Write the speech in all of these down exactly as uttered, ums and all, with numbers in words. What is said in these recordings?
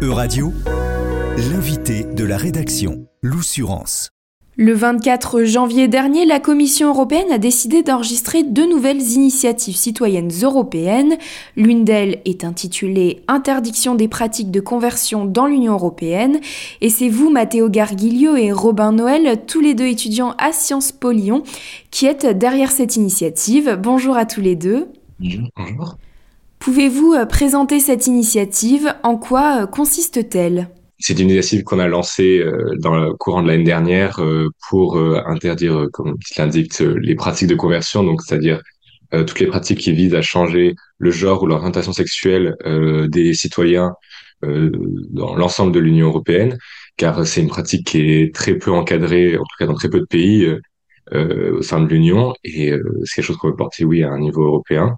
Euradio, l'invité de la rédaction, l'Oussurance. Le vingt-quatre janvier dernier, la Commission européenne a décidé d'enregistrer deux nouvelles initiatives citoyennes européennes. L'une d'elles est intitulée « Interdiction des pratiques de conversion dans l'Union européenne ». Et c'est vous, Matteo Gargiglio et Robin Noël, tous les deux étudiants à Sciences Po Lyon, qui êtes derrière cette initiative. Bonjour à tous les deux. Bonjour. Pouvez-vous présenter cette initiative ? En quoi consiste-t-elle ? C'est une initiative qu'on a lancée euh, dans le courant de l'année dernière euh, pour euh, interdire, euh, comme l'indique, euh, les pratiques de conversion, donc c'est-à-dire euh, toutes les pratiques qui visent à changer le genre ou l'orientation sexuelle euh, des citoyens euh, dans l'ensemble de l'Union européenne, car c'est une pratique qui est très peu encadrée, en tout cas dans très peu de pays euh, euh, au sein de l'Union, et euh, c'est quelque chose qu'on veut porter, oui, à un niveau européen.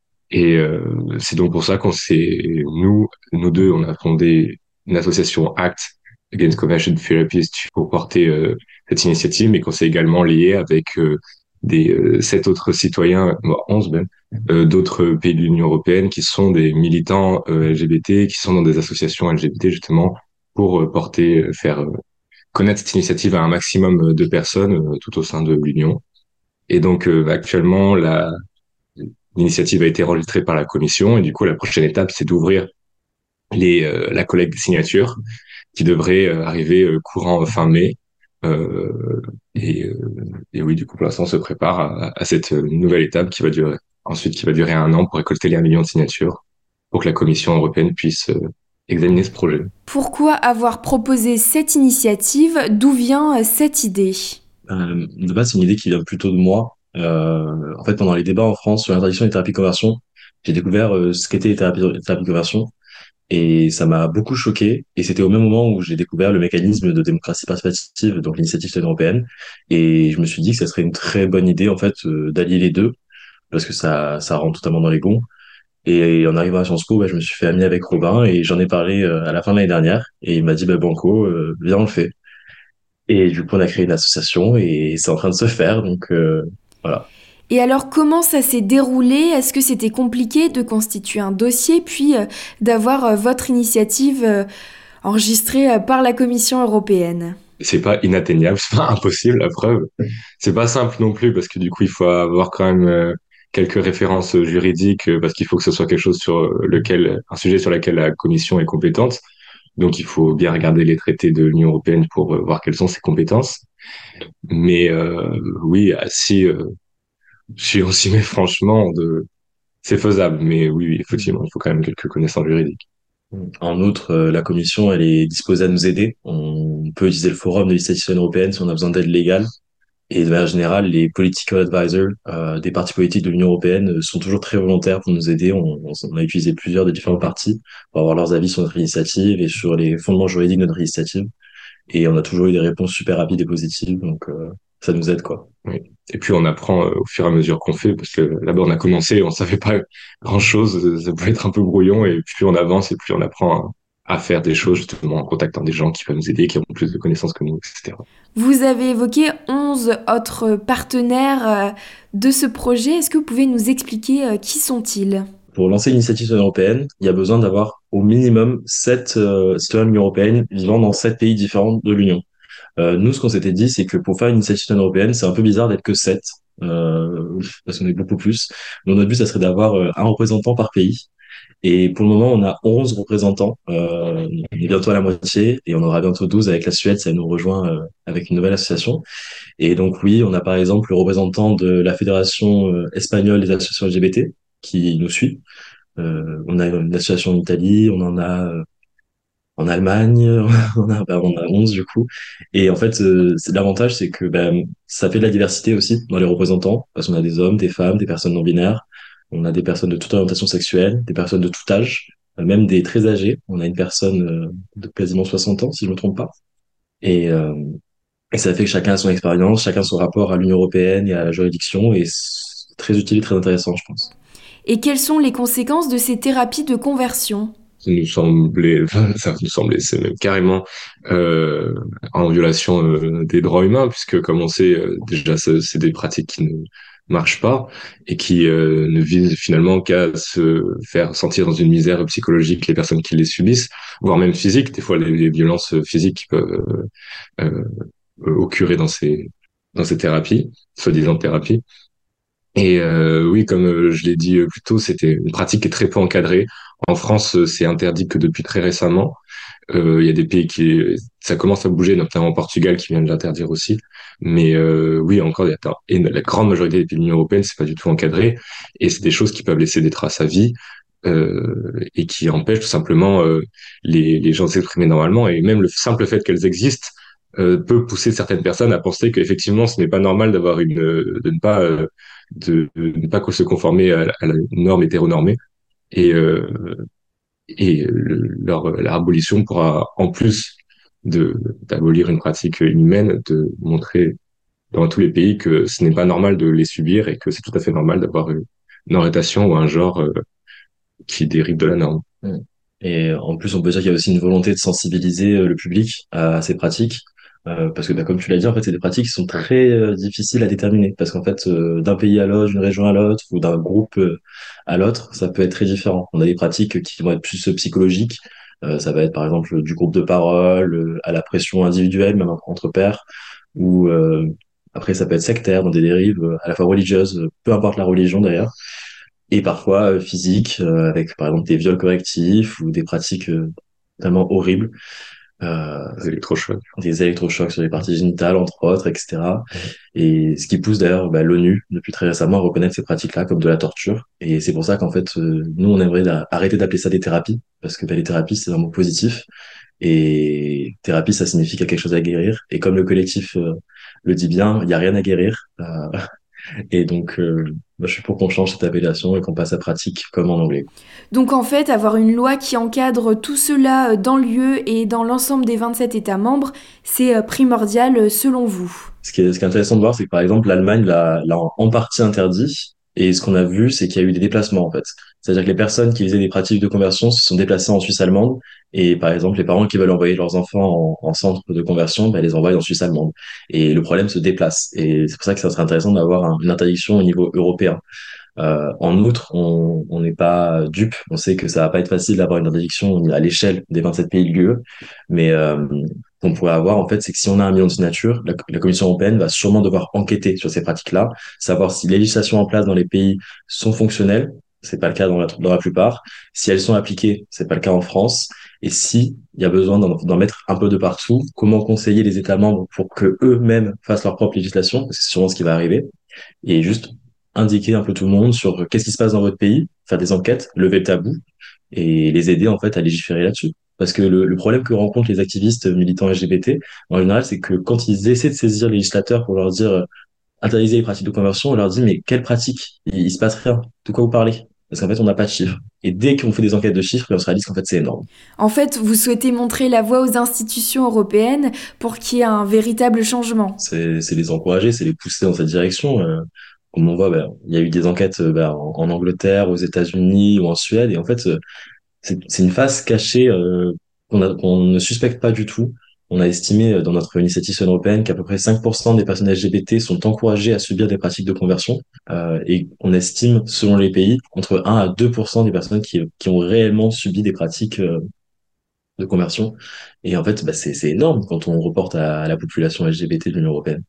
Et euh, c'est donc pour ça qu'on s'est, nous, nous deux, on a fondé une association ACT Against Conversion Therapists pour porter euh, cette initiative, mais qu'on s'est également lié avec euh, des euh, sept autres citoyens, bon, onze même, euh, d'autres pays de l'Union européenne qui sont des militants euh, L G B T, qui sont dans des associations L G B T justement pour euh, porter, euh, faire euh, connaître cette initiative à un maximum de personnes euh, tout au sein de l'Union. Et donc euh, actuellement, la L'initiative a été enregistrée par la commission et du coup, la prochaine étape, c'est d'ouvrir les, euh, la collecte des signatures qui devrait euh, arriver euh, courant fin mai. Euh, et, euh, et oui, du coup, pour l'instant, on se prépare à, à cette nouvelle étape qui va durer ensuite qui va durer un an pour récolter les un million de signatures pour que la Commission européenne puisse euh, examiner ce projet. Pourquoi avoir proposé cette initiative ? D'où vient cette idée ? euh, De base, c'est une idée qui vient plutôt de moi. Euh, en fait, pendant les débats en France sur l'interdiction des thérapies de conversion, j'ai découvert euh, ce qu'étaient les thérapies, les thérapies de conversion et ça m'a beaucoup choqué. Et c'était au même moment où j'ai découvert le mécanisme de démocratie participative, donc l'initiative citoyenne européenne. Et je me suis dit que ça serait une très bonne idée en fait euh, d'allier les deux parce que ça, ça rentre totalement dans les gonds. Et en arrivant à Sciences Po, bah, je me suis fait ami avec Robin et j'en ai parlé euh, à la fin de l'année dernière. Et il m'a dit, bah, Banco, euh, viens, on le fait. Et du coup, on a créé une association et c'est en train de se faire. Donc, euh, voilà. Et alors, comment ça s'est déroulé ? Est-ce que c'était compliqué de constituer un dossier, puis euh, d'avoir euh, votre initiative euh, enregistrée euh, par la Commission européenne ? C'est pas inatteignable, c'est pas impossible, la preuve. C'est pas simple non plus parce que du coup, il faut avoir quand même euh, quelques références juridiques euh, parce qu'il faut que ce soit quelque chose sur lequel, un sujet sur lequel la Commission est compétente. Donc, il faut bien regarder les traités de l'Union européenne pour euh, voir quelles sont ses compétences. Mais euh, oui, si, euh, si on s'y met franchement, de... c'est faisable. Mais oui, oui, effectivement, il faut quand même quelques connaissances juridiques. En outre, euh, la Commission, elle est disposée à nous aider. On peut utiliser le forum de l'initiative européenne si on a besoin d'aide légale. Et de manière générale, les political advisors euh, des partis politiques de l'Union européenne euh, sont toujours très volontaires pour nous aider. On, on a utilisé plusieurs des différents partis pour avoir leurs avis sur notre initiative et sur les fondements juridiques de notre initiative. Et on a toujours eu des réponses super rapides et positives, donc euh, ça nous aide, quoi. Oui. Et puis on apprend euh, au fur et à mesure qu'on fait, parce que là-bas on a commencé, on savait pas grand-chose, ça pouvait être un peu brouillon, et plus on avance et plus on apprend à, à faire des choses justement en contactant des gens qui peuvent nous aider, qui ont plus de connaissances que nous, et cetera. Vous avez évoqué onze autres partenaires euh, de ce projet. Est-ce que vous pouvez nous expliquer euh, qui sont-ils ? Pour lancer l'initiative européenne, il y a besoin d'avoir au minimum sept euh, citoyens de l'Union européenne vivant dans sept pays différents de l'Union. Euh, nous, ce qu'on s'était dit, c'est que pour faire une initiative européenne, c'est un peu bizarre d'être que sept, euh, parce qu'on est beaucoup plus. Donc notre but, ça serait d'avoir euh, un représentant par pays. Et pour le moment, on a onze représentants. Euh, on est bientôt à la moitié et on aura bientôt douze avec la Suède. Ça nous rejoint euh, avec une nouvelle association. Et donc oui, on a par exemple le représentant de la Fédération euh, espagnole des associations L G B T qui nous suit. Euh, on a une association en Italie, on en a euh, en Allemagne, on a, bah, on a onze du coup. Et en fait, euh, c'est, l'avantage, c'est que bah, ça fait de la diversité aussi dans les représentants, parce qu'on a des hommes, des femmes, des personnes non binaires, on a des personnes de toute orientation sexuelle, des personnes de tout âge, euh, même des très âgés. On a une personne euh, de quasiment soixante ans, si je me trompe pas. Et, euh, et ça fait que chacun a son expérience, chacun son rapport à l'Union européenne et à la juridiction, et c'est très utile et très intéressant, je pense. Et quelles sont les conséquences de ces thérapies de conversion ? Ça nous semblait, enfin, ça nous semblait, c'est même carrément euh, en violation euh, des droits humains, puisque comme on sait, euh, déjà, c'est, c'est des pratiques qui ne marche pas et qui euh, ne vise finalement qu'à se faire sentir dans une misère psychologique les personnes qui les subissent, voire même physique. Des fois, les, les violences physiques qui peuvent euh, euh, occurrer dans ces dans ces thérapies, soi-disant thérapies. Et euh, oui, comme euh, je l'ai dit euh, plus tôt, c'était une pratique qui est très peu encadrée. En France, euh, c'est interdit que depuis très récemment. Euh, Il y a des pays qui, ça commence à bouger, notamment Portugal qui vient de l'interdire aussi. Mais euh, oui, encore, il y a, et la grande majorité des pays de l'Union européenne, c'est pas du tout encadré, et c'est des choses qui peuvent laisser des traces à vie euh, et qui empêchent tout simplement euh, les, les gens de s'exprimer normalement. Et même le simple fait qu'elles existent euh, peut pousser certaines personnes à penser qu'effectivement, ce n'est pas normal d'avoir une, de ne pas euh, de, de ne pas se conformer à, à la norme hétéronormée. Et euh, et le- leur, leur abolition pourra, en plus de d'abolir une pratique inhumaine, de montrer dans tous les pays que ce n'est pas normal de les subir et que c'est tout à fait normal d'avoir une, une orientation ou un genre euh, qui dérive de la norme. Mm. Et en plus, on peut dire qu'il y a aussi une volonté de sensibiliser euh, le public à ces pratiques. Euh, parce que, bah, comme tu l'as dit, en fait, c'est des pratiques qui sont très euh, difficiles à déterminer. Parce qu'en fait, euh, d'un pays à l'autre, d'une région à l'autre, ou d'un groupe euh, à l'autre, ça peut être très différent. On a des pratiques qui vont être plus euh, psychologiques. Euh, ça va être, par exemple, du groupe de parole, euh, à la pression individuelle, même entre pairs. Ou euh, après, ça peut être sectaire, dans des dérives euh, à la fois religieuses, euh, peu importe la religion d'ailleurs, et parfois euh, physiques, euh, avec par exemple des viols correctifs ou des pratiques euh, vraiment horribles, euh, Les électrochocs. des électrochocs sur les parties génitales, entre autres, et cetera. Et ce qui pousse d'ailleurs bah, l'ONU, depuis très récemment, à reconnaître ces pratiques-là comme de la torture. Et c'est pour ça qu'en fait, euh, nous, on aimerait da- arrêter d'appeler ça des thérapies, parce que bah, les thérapies, c'est vraiment positif. Et thérapie, ça signifie qu'il y a quelque chose à guérir. Et comme le collectif euh, le dit bien, il n'y a rien à guérir. Euh, et donc, euh, bah, je suis pour qu'on change cette appellation et qu'on passe à pratique comme en anglais. Donc en fait, avoir une loi qui encadre tout cela dans l'U E et dans l'ensemble des vingt-sept États membres, c'est euh, primordial euh, selon vous. Ce qui est, ce qui est intéressant de voir, c'est que par exemple, l'Allemagne l'a, l'a en en partie interdit. Et ce qu'on a vu, c'est qu'il y a eu des déplacements, en fait. C'est-à-dire que les personnes qui faisaient des pratiques de conversion se sont déplacées en Suisse allemande. Et par exemple, les parents qui veulent envoyer leurs enfants en, en centre de conversion, bah, les envoient en Suisse allemande. Et le problème se déplace. Et c'est pour ça que ça serait intéressant d'avoir un- une interdiction au niveau européen. Euh, en outre, on on n'est pas dupe. On sait que ça va pas être facile d'avoir une interdiction à l'échelle des vingt-sept pays de l'U E, mais euh, qu'on pourrait avoir en fait, c'est que si on a un million de signatures, la, la Commission européenne va sûrement devoir enquêter sur ces pratiques-là, savoir si les législations en place dans les pays sont fonctionnelles. C'est pas le cas dans la, dans la plupart. Si elles sont appliquées, c'est pas le cas en France. Et si il y a besoin d'en, d'en mettre un peu de partout, comment conseiller les États membres pour que eux-mêmes fassent leur propre législation, parce que c'est sûrement ce qui va arriver. Et juste indiquer un peu tout le monde sur qu'est-ce qui se passe dans votre pays, faire des enquêtes, lever le tabou et les aider en fait à légiférer là-dessus. Parce que le, le problème que rencontrent les activistes militants L G B T, en général, c'est que quand ils essaient de saisir les législateurs pour leur dire euh, interdisez les pratiques de conversion, on leur dit mais quelle pratique? Il, il se passe rien. De quoi vous parlez? Parce qu'en fait, on n'a pas de chiffres. Et dès qu'on fait des enquêtes de chiffres, on se réalise qu'en fait, c'est énorme. En fait, vous souhaitez montrer la voie aux institutions européennes pour qu'il y ait un véritable changement. C'est, c'est les encourager, c'est les pousser dans cette direction. Euh, comme on voit, ben, il y a eu des enquêtes euh, ben, en, en Angleterre, aux États-Unis ou en Suède, et en fait, euh, c'est, c'est une face cachée euh, qu'on a, qu'on ne suspecte pas du tout. On a estimé euh, dans notre initiative européenne qu'à peu près cinq pour cent des personnes L G B T sont encouragées à subir des pratiques de conversion, euh, et on estime, selon les pays, entre un à deux pour cent des personnes qui, qui ont réellement subi des pratiques euh, de conversion. Et en fait, bah, c'est, c'est énorme quand on reporte à, à la population L G B T de l'Union européenne.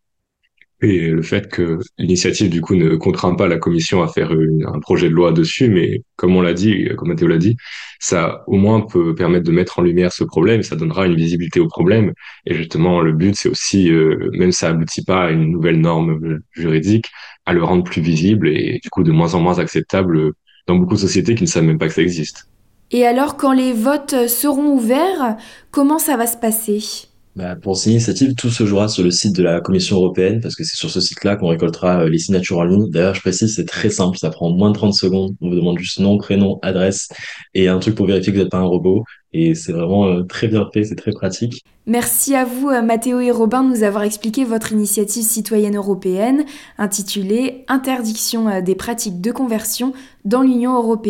Et le fait que l'initiative, du coup, ne contraint pas la Commission à faire une- un projet de loi dessus, mais comme on l'a dit, comme Mathéo l'a dit, ça au moins peut permettre de mettre en lumière ce problème, ça donnera une visibilité au problème. Et justement, le but, c'est aussi, euh, même si ça aboutit pas à une nouvelle norme juridique, à le rendre plus visible et du coup de moins en moins acceptable dans beaucoup de sociétés qui ne savent même pas que ça existe. Et alors, quand les votes seront ouverts, comment ça va se passer ? Bah, pour cette initiative, tout se jouera sur le site de la Commission européenne, parce que c'est sur ce site-là qu'on récoltera euh, les signatures en ligne. D'ailleurs, je précise, c'est très simple, ça prend moins de trente secondes. On vous demande juste nom, prénom, adresse et un truc pour vérifier que vous n'êtes pas un robot. Et c'est vraiment euh, très bien fait, c'est très pratique. Merci à vous, Mathéo et Robin, de nous avoir expliqué votre initiative citoyenne européenne intitulée « Interdiction des pratiques de conversion dans l'Union européenne ».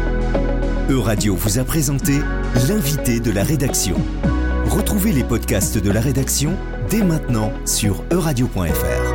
Euradio vous a présenté l'invité de la rédaction. Retrouvez les podcasts de la rédaction dès maintenant sur euradio point f r.